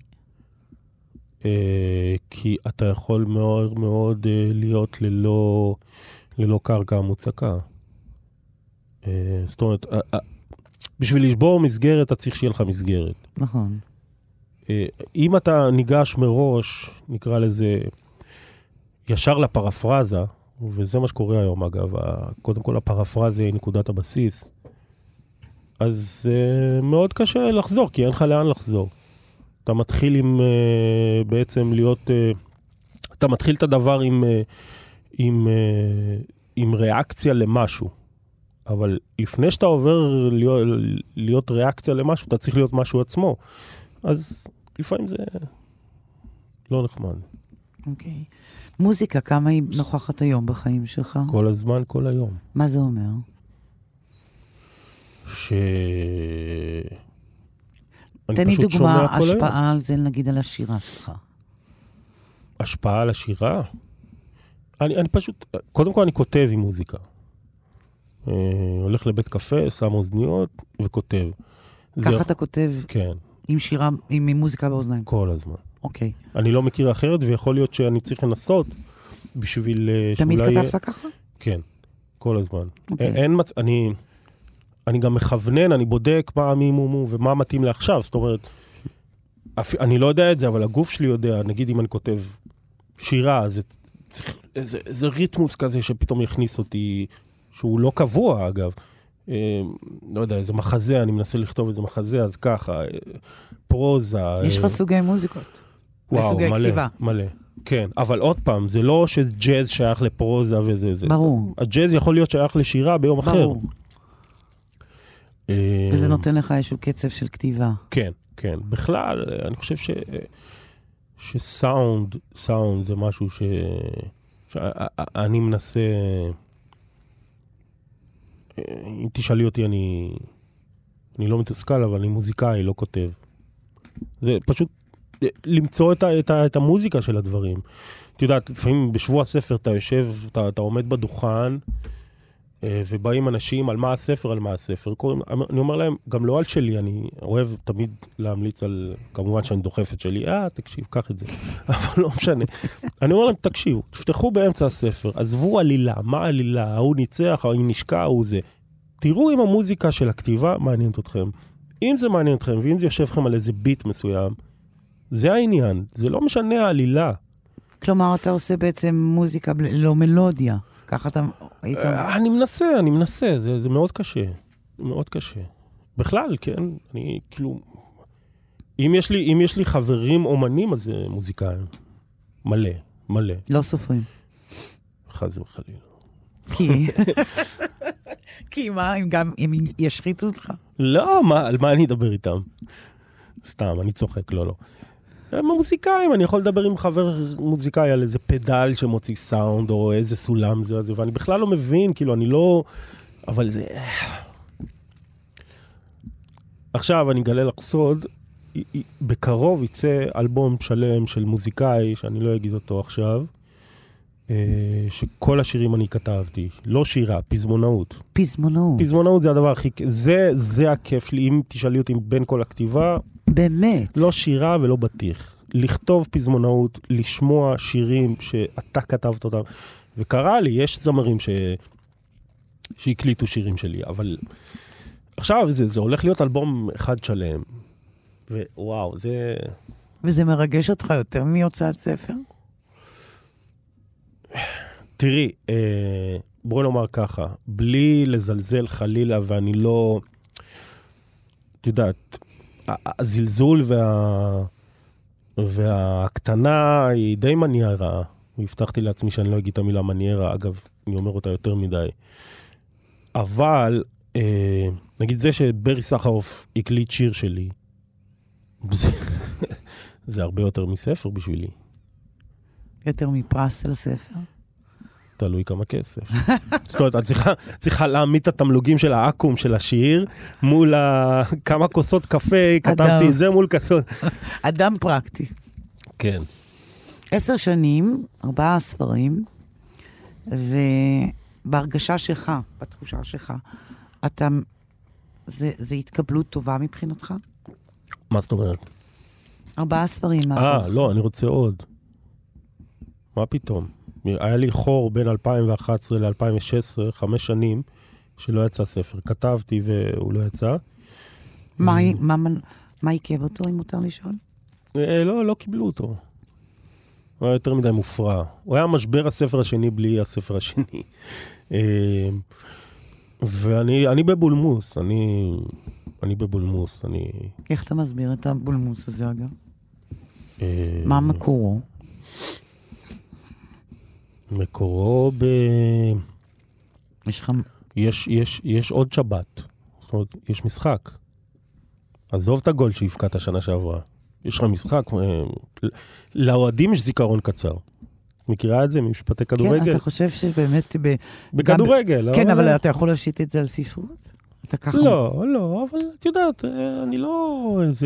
כי אתה יכול מאוד מאוד להיות ללא, ללא קרקע מוצקה. זאת אומרת, בשביל לשבור מסגרת, אתה צריך שיהיה לך מסגרת. נכון. אם אתה ניגש מראש, נקרא לזה, ישר לפרפרזה, וזה מה שקורה היום, אגב, קודם כל הפרפרזה היא נקודת הבסיס, אז uh, מאוד קשה לחזור, כי אין לך לאן לחזור. אתה מתחיל עם, uh, בעצם להיות, uh, אתה מתחיל את הדבר עם, uh, עם, uh, עם ריאקציה למשהו. אבל לפני שאתה עובר להיות, להיות ריאקציה למשהו, אתה צריך להיות משהו עצמו. אז לפעמים זה לא נחמד. אוקיי. Okay. מוזיקה, כמה היא נוכחת היום בחיים שלך? כל הזמן, כל היום. מה זה אומר? ש... תן לי דוגמה, השפעה על זה, נגיד, על השירה שלך. השפעה על השירה? אני, אני פשוט, קודם כל אני כותב עם מוזיקה. אה, הולך לבית קפה, שם אוזניות וכותב. ככה זה... אתה כותב? כן. עם שירה, עם, עם מוזיקה באוזניים? כל הזמן. אוקיי. אני לא מכיר אחרת, ויכול להיות שאני צריך לנסות בשביל... תמיד שאולי... כתבת ככה? כן, כל הזמן. אוקיי. אין מצ... אני... אני גם מכוונן, אני בודק מה מי מו ומה מתאים לעכשיו. זאת אומרת, אני לא יודע את זה, אבל הגוף שלי יודע, נגיד אם אני כותב שירה, זה, צריך, זה, זה ריתמוס כזה שפתאום יכניס אותי, שהוא לא קבוע אגב. אה, לא יודע, איזה מחזה, אני מנסה לכתוב איזה מחזה, אז ככה, אה, פרוזה. יש לך אה, סוגי מוזיקות. וואו, וסוגי מלא, כתיבה. מלא. כן, אבל עוד פעם, זה לא שג'אז שייך לפרוזה וזה. זה. ברור. הג'אז יכול להיות שייך לשירה ביום אחר. ברור. וזה נותן לך איזשהו קצב של כתיבה. כן, כן. בכלל, אני חושב ש... שסאונד, סאונד זה משהו ש... שאני מנסה... אם תשאלי אותי, אני... אני לא מתוסכל, אבל אני מוזיקאי, לא כותב. זה פשוט למצוא את, ה... את, ה... את המוזיקה של הדברים. את יודעת, לפעמים בשבוע הספר אתה יושב, אתה, אתה עומד בדוכן, ובאים אנשים על מה הספר, על מה הספר. אני אומר להם, גם לא על שלי, אני אוהב תמיד להמליץ על, כמובן שאני דוחף את שלי, אה, תקשיב, קח את זה. אבל לא משנה. אני אומר להם, תקשיבו, תפתחו באמצע הספר, עזבו עלילה, מה עלילה, ההוא ניצח, ההוא נשקע, ההוא זה. תראו אם המוזיקה של הכתיבה מעניינת אתכם. אם זה מעניין אתכם, ואם זה יושב לכם על איזה ביט מסוים, זה העניין. זה לא משנה העלילה. כלומר, אתה עושה בעצם מוזיקה לא מלודיה. ככה אתה היית... אני מנסה, אני מנסה. זה, זה מאוד קשה. מאוד קשה. בכלל, כן, אני כאילו... אם יש לי, אם יש לי חברים אומנים, אז זה מוזיקאים. מלא, מלא. לא סופרים. חס וחלילה. כי... כי מה, אם גם, אם ישחיתו אותך? לא, מה, על מה אני אדבר איתם? סתם, אני צוחק, לא, לא. הם מוזיקאים, אני יכול לדבר עם חבר מוזיקאי על איזה פדל שמוציא סאונד, או איזה סולם זה, ואני בכלל לא מבין, כאילו, אני לא... אבל זה... עכשיו, אני אגלה לך סוד, בקרוב יצא אלבום שלם של מוזיקאי, שאני לא אגיד אותו עכשיו, שכל השירים אני כתבתי, לא שירה, פזמונאות. פזמונאות. פזמונאות זה הדבר הכי, זה, זה הכיף לי, אם תשאלי אותי בין כל הכתיבה. באמת. לא שירה ולא בטיח. לכתוב פזמונאות, לשמוע שירים שאתה כתבת אותם. וקרה לי, יש זמרים ש... שהקליטו שירים שלי, אבל עכשיו זה, זה הולך להיות אלבום אחד שלם. ווואו, זה... וזה מרגש אותך יותר מהוצאת ספר? תראי, אה, בואי נאמר ככה, בלי לזלזל חלילה, ואני לא... את יודעת, הזלזול וה... והקטנה היא די מניירה. והבטחתי לעצמי שאני לא אגיד את המילה מניירה, אגב, אני אומר אותה יותר מדי. אבל, אה, נגיד זה שברי סחרוף הקליט שיר שלי, זה, זה הרבה יותר מספר בשבילי. יותר מפרס על ספר? תלוי כמה כסף. זאת אומרת, את צריכה, צריכה להעמיד את התמלוגים של האקום של השיר, מול ה... כמה כוסות קפה, כתבתי את זה מול כוסות. אדם פרקטי. כן. עשר שנים, ארבעה ספרים, ובהרגשה שלך, בתחושה שלך, אתה... זה, זה התקבלות טובה מבחינתך? מה זאת אומרת? ארבעה ספרים. אה, לא, אני רוצה עוד. מה פתאום? היה לי חור בין אלפיים ואחת עשרה ל-אלפיים ושש עשרה, חמש שנים, שלא יצא ספר. כתבתי והוא לא יצא. מה, מה, מה עיכב אותו, אם מותר לשאול? לא, לא קיבלו אותו. הוא היה יותר מדי מופרע. הוא היה משבר הספר השני בלי הספר השני. ואני אני בבולמוס, אני, אני בבולמוס, אני... איך אתה מסביר את הבולמוס הזה, אגב? מה מקורו? מקורו ב... יש לך... יש, יש, יש עוד שבת. זאת אומרת, יש משחק. עזוב את הגול שהפקעת השנה שעברה. יש לך משחק. לאוהדים יש זיכרון קצר. מכירה את זה ממשפטי כדורגל? כן, אתה חושב שבאמת... ב... בכדורגל. כן, אבל אתה יכול להשית את זה על ספרות? אתה ככה... לא, לא, אבל את יודעת, אני לא איזה...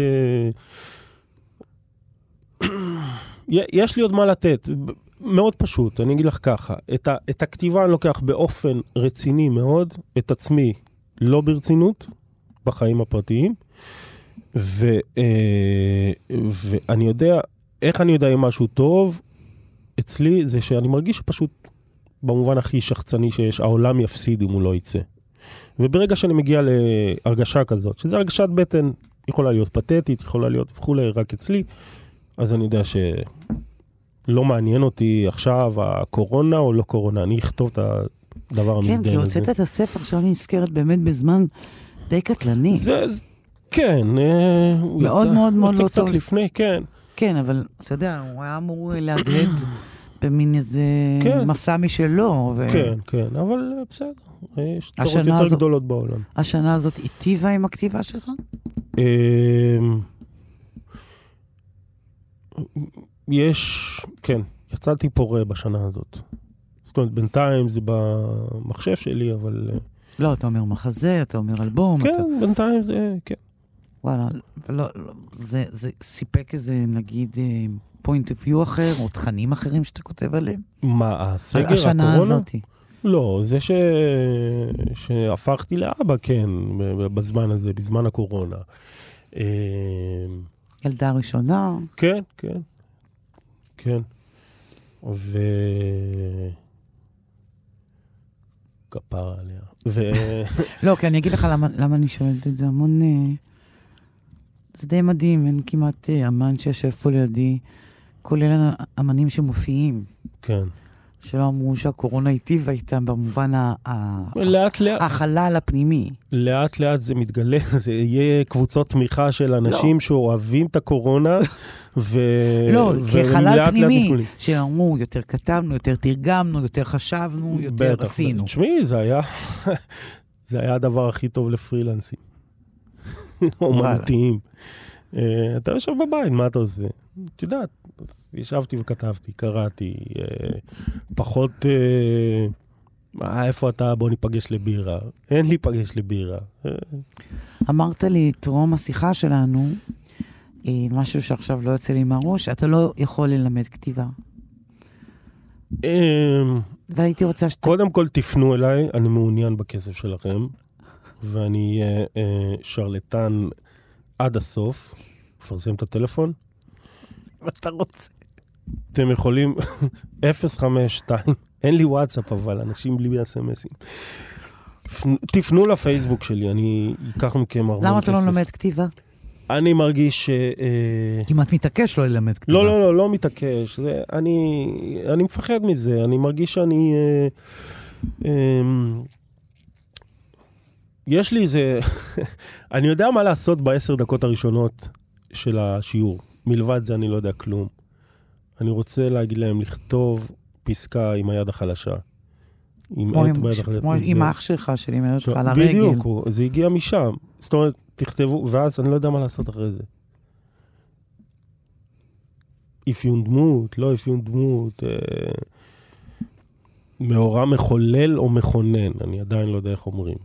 יש לי עוד מה לתת. מאוד פשוט, אני אגיד לך ככה. את, ה, את הכתיבה אני לוקח באופן רציני מאוד, את עצמי לא ברצינות, בחיים הפרטיים, ו, אה, ואני יודע, איך אני יודע אם משהו טוב, אצלי זה שאני מרגיש פשוט, במובן הכי שחצני שיש, העולם יפסיד אם הוא לא יצא. וברגע שאני מגיע להרגשה כזאת, שזה הרגשת בטן, יכולה להיות פתטית, יכולה להיות וכולי, רק אצלי, אז אני יודע ש... לא מעניין אותי עכשיו הקורונה או לא קורונה, אני אכתוב את הדבר המזדהן הזה. כן, כי הוצאת את הספר, עכשיו אני נזכרת באמת בזמן די קטלני. זה, כן. מאוד מאוד מאוד לא טוב. יצא קצת לפני, כן. כן, אבל אתה יודע, הוא היה אמור להדהד במין איזה מסע משלו. כן, כן, אבל בסדר. יש צורות יותר גדולות בעולם. השנה הזאת היטיבה עם הכתיבה שלך? יש, כן, יצאתי פורה בשנה הזאת. זאת אומרת, בינתיים זה במחשב שלי, אבל... לא, אתה אומר מחזה, אתה אומר אלבום. כן, אתה... בינתיים זה, כן. וואלה, לא, לא, זה, זה סיפק איזה, נגיד, point of view אחר, או תכנים אחרים שאתה כותב עליהם? מה, הסגר, השנה הקורונה? הזאת. לא, זה ש... שהפכתי לאבא, כן, בזמן הזה, בזמן הקורונה. ילדה ראשונה. כן, כן. כן. ו... כפרה עליה. ו... לא, כי אני אגיד לך למה, למה אני שואלת את זה. המון... זה די מדהים, אין כמעט אמן שישב פה לידי, כולל אמנים שמופיעים. כן. שלא אמרו שהקורונה היטיבה איתם במובן לאט לאט. החלל הפנימי. לאט לאט זה מתגלה, זה יהיה קבוצות תמיכה של אנשים שאוהבים את הקורונה, ו... לא, כחלל פנימי, שאמרו, יותר כתבנו, יותר תרגמנו, יותר חשבנו, יותר עשינו. תשמעי, זה היה, זה היה הדבר הכי טוב לפרילנסים. אומנותיים. אתה יושב בבית, מה אתה עושה? את יודעת, ישבתי וכתבתי, קראתי, פחות, איפה אתה? בוא ניפגש לבירה. אין לי פגש לבירה. אמרת לי, תרום השיחה שלנו, משהו שעכשיו לא יוצא לי מהראש, אתה לא יכול ללמד כתיבה. והייתי רוצה שאתה... קודם כל תפנו אליי, אני מעוניין בכסף שלכם, ואני שרלטן עד הסוף, מפרסם את הטלפון. מה אתה רוצה? אתם יכולים, אפס חמש שתיים, אין לי וואטסאפ אבל, אנשים בלי אס-אמסים. תפנו לפייסבוק שלי, אני אקח מכם הרבה כסף. למה אתה לא לומד כתיבה? אני מרגיש ש... כמעט מתעקש לא ללמד כתיבה. לא, לא, לא, לא מתעקש. אני, אני מפחד מזה, אני מרגיש שאני... יש לי איזה... אני יודע מה לעשות בעשר דקות הראשונות של השיעור. מלבד זה אני לא יודע כלום. אני רוצה להגיד להם לכתוב פסקה עם היד החלשה. כמו עם האח שלך שלימד אותך על הרגל. בדיוק, זה הגיע משם. זאת אומרת, תכתבו, ואז אני לא יודע מה לעשות אחרי זה. אפיון דמות, לא אפיון דמות, מאורע מחולל או מכונן, אני עדיין לא יודע איך אומרים.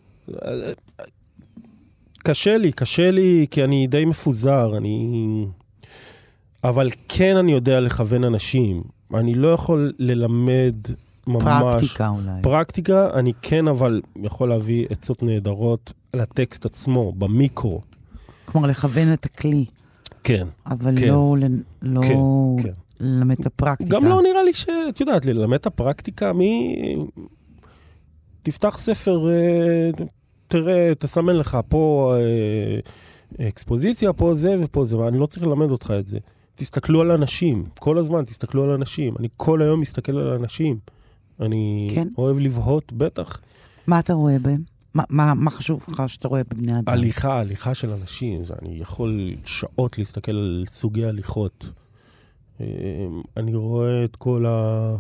קשה לי, קשה לי, כי אני די מפוזר, אני... אבל כן אני יודע לכוון אנשים. אני לא יכול ללמד ממש... פרקטיקה אולי. פרקטיקה, אני כן אבל יכול להביא עצות נהדרות לטקסט עצמו, במיקרו. כלומר, לכוון את הכלי. כן. אבל כן. לא, לא כן, כן. ללמד את הפרקטיקה. גם לא נראה לי ש... את יודעת, ללמד את הפרקטיקה, מי... תפתח ספר, תראה, תסמן לך פה אקספוזיציה, פה זה ופה זה, ואני לא צריך ללמד אותך את זה. תסתכלו על אנשים, כל הזמן תסתכלו על אנשים. אני כל היום מסתכל על אנשים. אני כן. אוהב לבהות, בטח. מה אתה רואה בהם? מה, מה, מה חשוב לך שאתה רואה בבני אדם? הליכה, הליכה של אנשים. זה, אני יכול שעות להסתכל על סוגי הליכות. אני רואה את כל ה...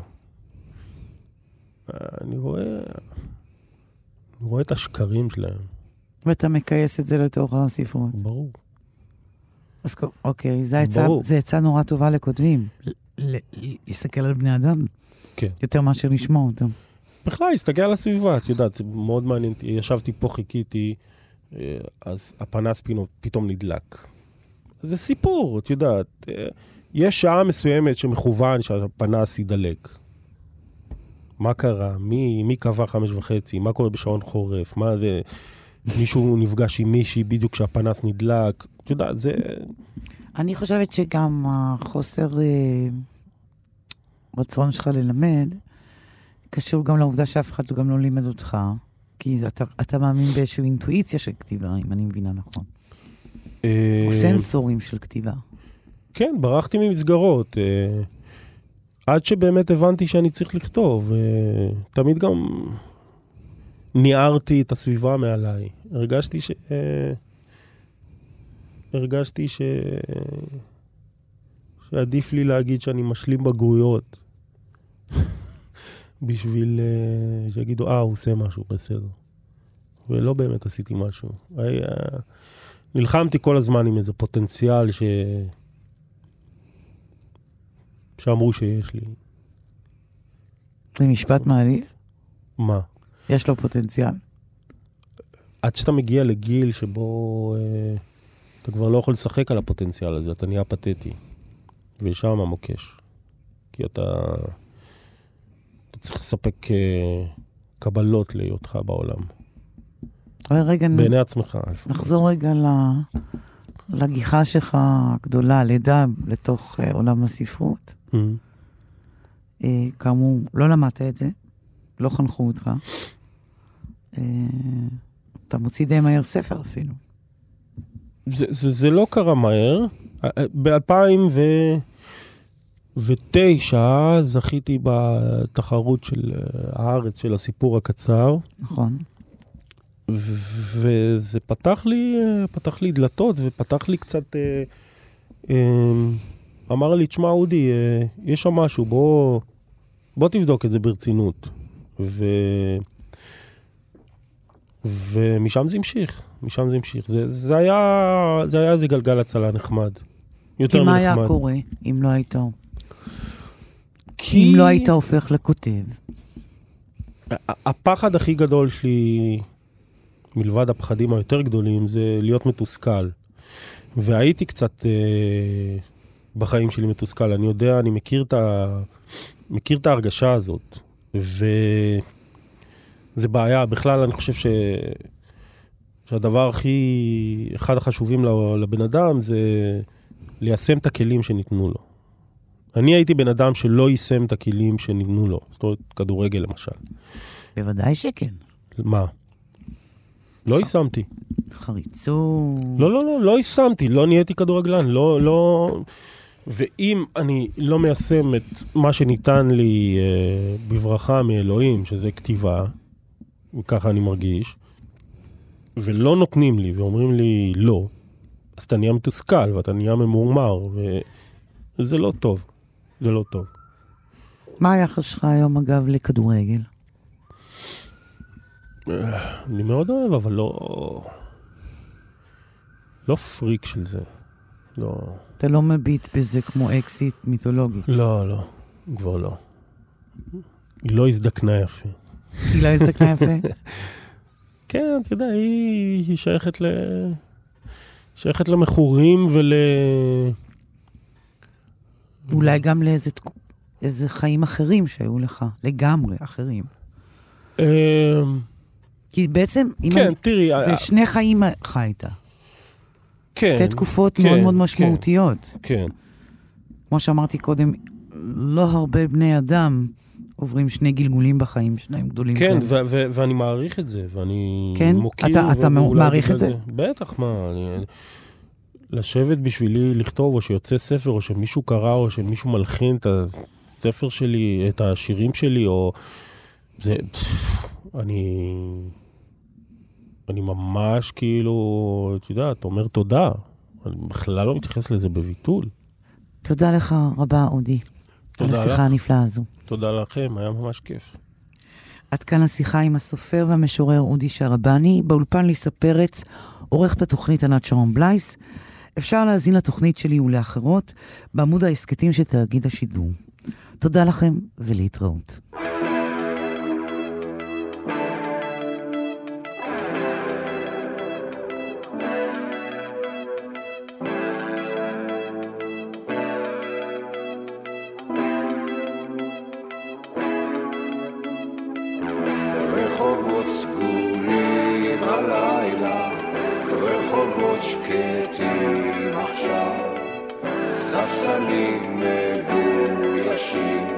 אני רואה... אני רואה את השקרים שלהם. ואתה מקייס את זה לתוך הספרות. ברור. אז אוקיי, זה עצה נורא טובה לכותבים. להסתכל על בני אדם. כן. יותר מאשר לשמוע אותם. בכלל, להסתכל על הסביבה, את יודעת, זה מאוד מעניין. ישבתי פה, חיכיתי, אז הפנס פתאום נדלק. זה סיפור, את יודעת. יש שעה מסוימת שמכוון שהפנס ידלק. מה קרה? מי, מי קבע חמש וחצי? מה קורה בשעון חורף? מה זה? מישהו נפגש עם מישהי בדיוק כשהפנס נדלק? את יודעת, זה... אני חושבת שגם החוסר אה, רצון שלך ללמד, קשור גם לעובדה שאף אחד גם לא לימד אותך, כי אתה, אתה מאמין באיזושהי אינטואיציה של כתיבה, אם אני מבינה נכון. אה... או סנסורים של כתיבה. כן, ברחתי ממסגרות. אה... עד שבאמת הבנתי שאני צריך לכתוב. אה... תמיד גם ניערתי את הסביבה מעליי. הרגשתי ש... אה... הרגשתי ש... שעדיף לי להגיד שאני משלים בגרויות. בשביל uh, שיגידו, אה, הוא עושה משהו, בסדר. ולא באמת עשיתי משהו. היה... נלחמתי כל הזמן עם איזה פוטנציאל ש... שאמרו שיש לי. זה משפט מעליב? מה? יש לו פוטנציאל. עד שאתה מגיע לגיל שבו uh, אתה כבר לא יכול לשחק על הפוטנציאל הזה, אתה נהיה פתטי. ושם המוקש. כי אתה... צריך לספק uh, קבלות להיותך בעולם. רגע, בעיני עצמך. נחזור רגע ל... לגיחה שלך הגדולה, לידה לתוך uh, עולם הספרות. Mm-hmm. Uh, כאמור, לא למדת את זה, לא חנכו אותך. אה, אתה מוציא די מהר ספר אפילו. זה, זה, זה לא קרה מהר. ב-אלפיים ותשע זכיתי בתחרות של הארץ, של הסיפור הקצר. נכון. וזה פתח לי, פתח לי דלתות, ופתח לי קצת, אמר לי, תשמע אודי, יש שם משהו, בוא, בוא תבדוק את זה ברצינות. ו... ומשם זה המשיך, משם זה המשיך. זה, זה היה, זה היה איזה גלגל הצלה נחמד. יותר כי מה מנחמד. היה קורה אם לא היית, כי... אם לא היית הופך לכותב? הפחד הכי גדול שלי, מלבד הפחדים היותר גדולים, זה להיות מתוסכל. והייתי קצת אה, בחיים שלי מתוסכל. אני יודע, אני מכיר את, ה... מכיר את ההרגשה הזאת. וזה בעיה. בכלל, אני חושב ש... שהדבר הכי, אחד החשובים לבן אדם, זה ליישם את הכלים שניתנו לו. אני הייתי בן אדם שלא יישם את הכלים שניתנו לו. זאת אומרת, כדורגל למשל. בוודאי שכן. מה? לא יישמתי. חריצות. לא, לא, לא, לא יישמתי, לא נהייתי כדורגלן, לא, לא... ואם אני לא מיישם את מה שניתן לי אה, בברכה מאלוהים, שזה כתיבה, וככה אני מרגיש, ולא נותנים לי ואומרים לי לא, אז אתה נהיה מתוסכל ואתה נהיה ממורמר, וזה לא טוב, זה לא טוב. מה היחס שלך היום, אגב, לכדורגל? אני מאוד אוהב, אבל לא... לא פריק של זה. לא... אתה לא מביט בזה כמו אקסיט מיתולוגי. לא, לא. כבר לא. היא לא הזדקנה יפה. היא לא הזדקנה יפה? כן, אתה יודע, היא, היא שייכת ל... שייכת למחורים ול... אולי גם לאיזה איזה חיים אחרים שהיו לך. לגמרי אחרים. כי בעצם... כן, אני, תראי... זה שני חיים חיית. כן. שתי תקופות כן, מאוד מאוד כן, משמעותיות. כן. כמו שאמרתי קודם, לא הרבה בני אדם עוברים שני גלגולים בחיים, שניים גדולים. כן, ו- ו- ואני מעריך את זה, ואני כן? מוקיר... אתה, אתה מעריך את זה? בטח, מה... אני... לשבת בשבילי לכתוב, או שיוצא ספר, או שמישהו קרא, או שמישהו מלחין את הספר שלי, את השירים שלי, או... זה... אני... אני ממש כאילו, אתה יודע, אתה אומר תודה. אני בכלל לא מתייחס לזה בביטול. תודה לך רבה, אודי. תודה לך. על השיחה הנפלאה הזו. תודה לכם, היה ממש כיף. עד כאן השיחה עם הסופר והמשורר אודי שרבני. באולפן ליסה פרץ, עורכת התוכנית ענת שרון בלייס. אפשר להזין לתוכנית שלי ולאחרות בעמוד העסקתים של תאגיד השידור. תודה לכם ולהתראות. רחובות סגורים הלילה, רחובות שקטים עכשיו, ספסלים מבוישים